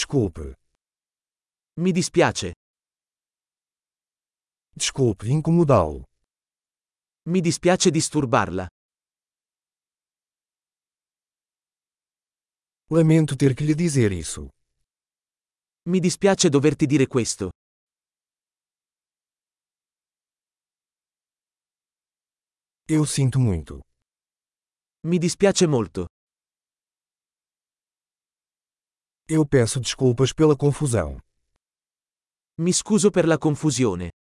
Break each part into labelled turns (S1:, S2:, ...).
S1: Desculpe.
S2: Mi dispiace.
S1: Desculpe incomodá-lo.
S2: Mi dispiace disturbarla.
S1: Lamento ter que lhe dizer isso.
S2: Mi dispiace doverti dire questo.
S1: Eu sinto muito.
S2: Mi dispiace molto.
S1: Eu peço desculpas pela confusão.
S2: Mi scuso per la confusione.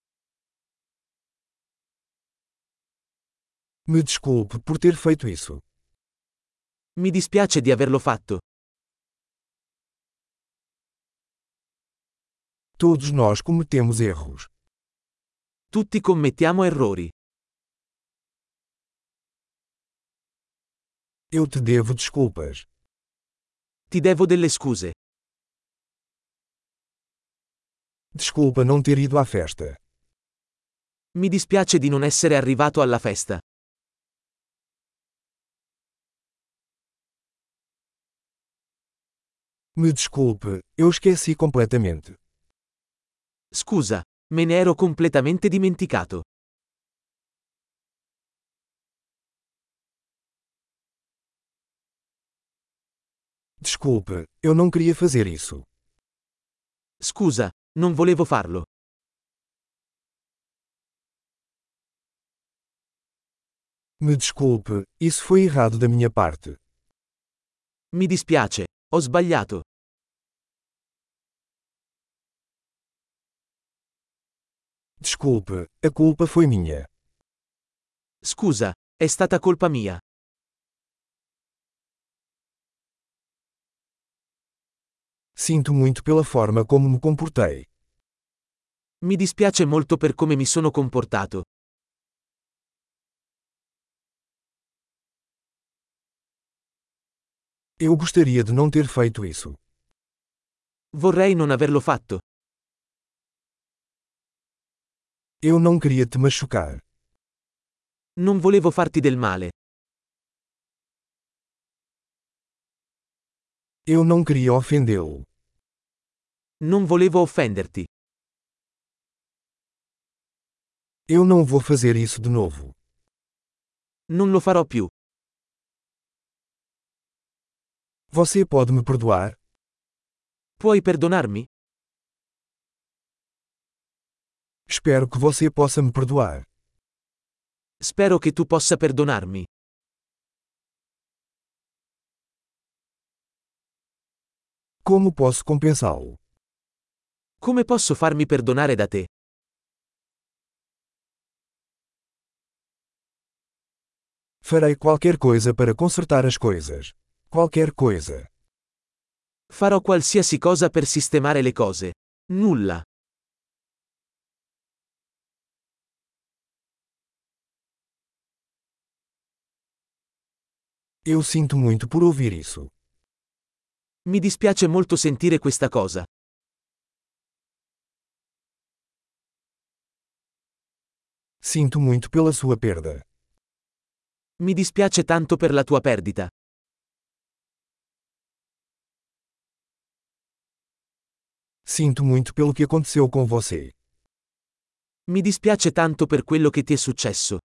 S1: Me desculpe por ter feito isso.
S2: Mi dispiace di averlo fatto.
S1: Todos nós cometemos erros.
S2: Tutti commettiamo errori.
S1: Eu te devo desculpas.
S2: Ti devo delle scuse.
S1: Desculpa não ter ido à festa.
S2: Mi dispiace di non essere arrivato alla festa.
S1: Me desculpe, eu esqueci completamente.
S2: Scusa, me ne ero completamente dimenticato.
S1: Desculpe, eu não queria fazer isso.
S2: Scusa, non volevo farlo.
S1: Me desculpe, isso foi errado da minha parte.
S2: Mi dispiace, ho sbagliato.
S1: Desculpe, a culpa foi minha.
S2: Scusa, è stata colpa mia.
S1: Sinto muito pela forma como me comportei.
S2: Mi dispiace molto per come mi sono comportato.
S1: Eu gostaria de não ter feito isso.
S2: Vorrei non averlo fatto.
S1: Eu não queria te machucar.
S2: Non volevo farti del male.
S1: Eu não queria ofendê-lo.
S2: Non volevo offenderti.
S1: Eu não vou fazer isso de novo.
S2: Non lo farò più.
S1: Você pode me perdoar?
S2: Puoi perdonarmi?
S1: Espero que você possa me perdoar.
S2: Spero che tu possa perdonarmi.
S1: Como posso compensá-lo?
S2: Come posso farmi perdonare da te?
S1: Farei qualquer coisa para consertar as coisas. Qualquer coisa.
S2: Farò qualsiasi cosa per sistemare le cose. Nulla.
S1: Eu sinto muito por ouvir isso.
S2: Mi dispiace molto sentire questa cosa.
S1: Sinto muito pela sua perda.
S2: Mi dispiace tanto per la tua perdita.
S1: Sinto muito pelo que aconteceu com você.
S2: Mi dispiace tanto per quello che ti è successo.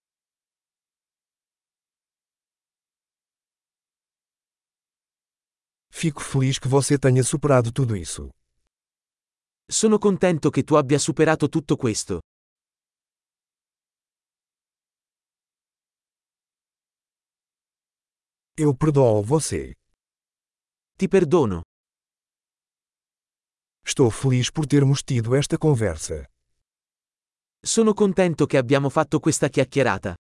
S1: Fico feliz que você tenha superado tudo isso.
S2: Sono contento che tu abbia superato tutto questo.
S1: Eu perdoo você.
S2: Ti perdono.
S1: Estou feliz por termos tido esta conversa.
S2: Sono contento che abbiamo fatto questa chiacchierata.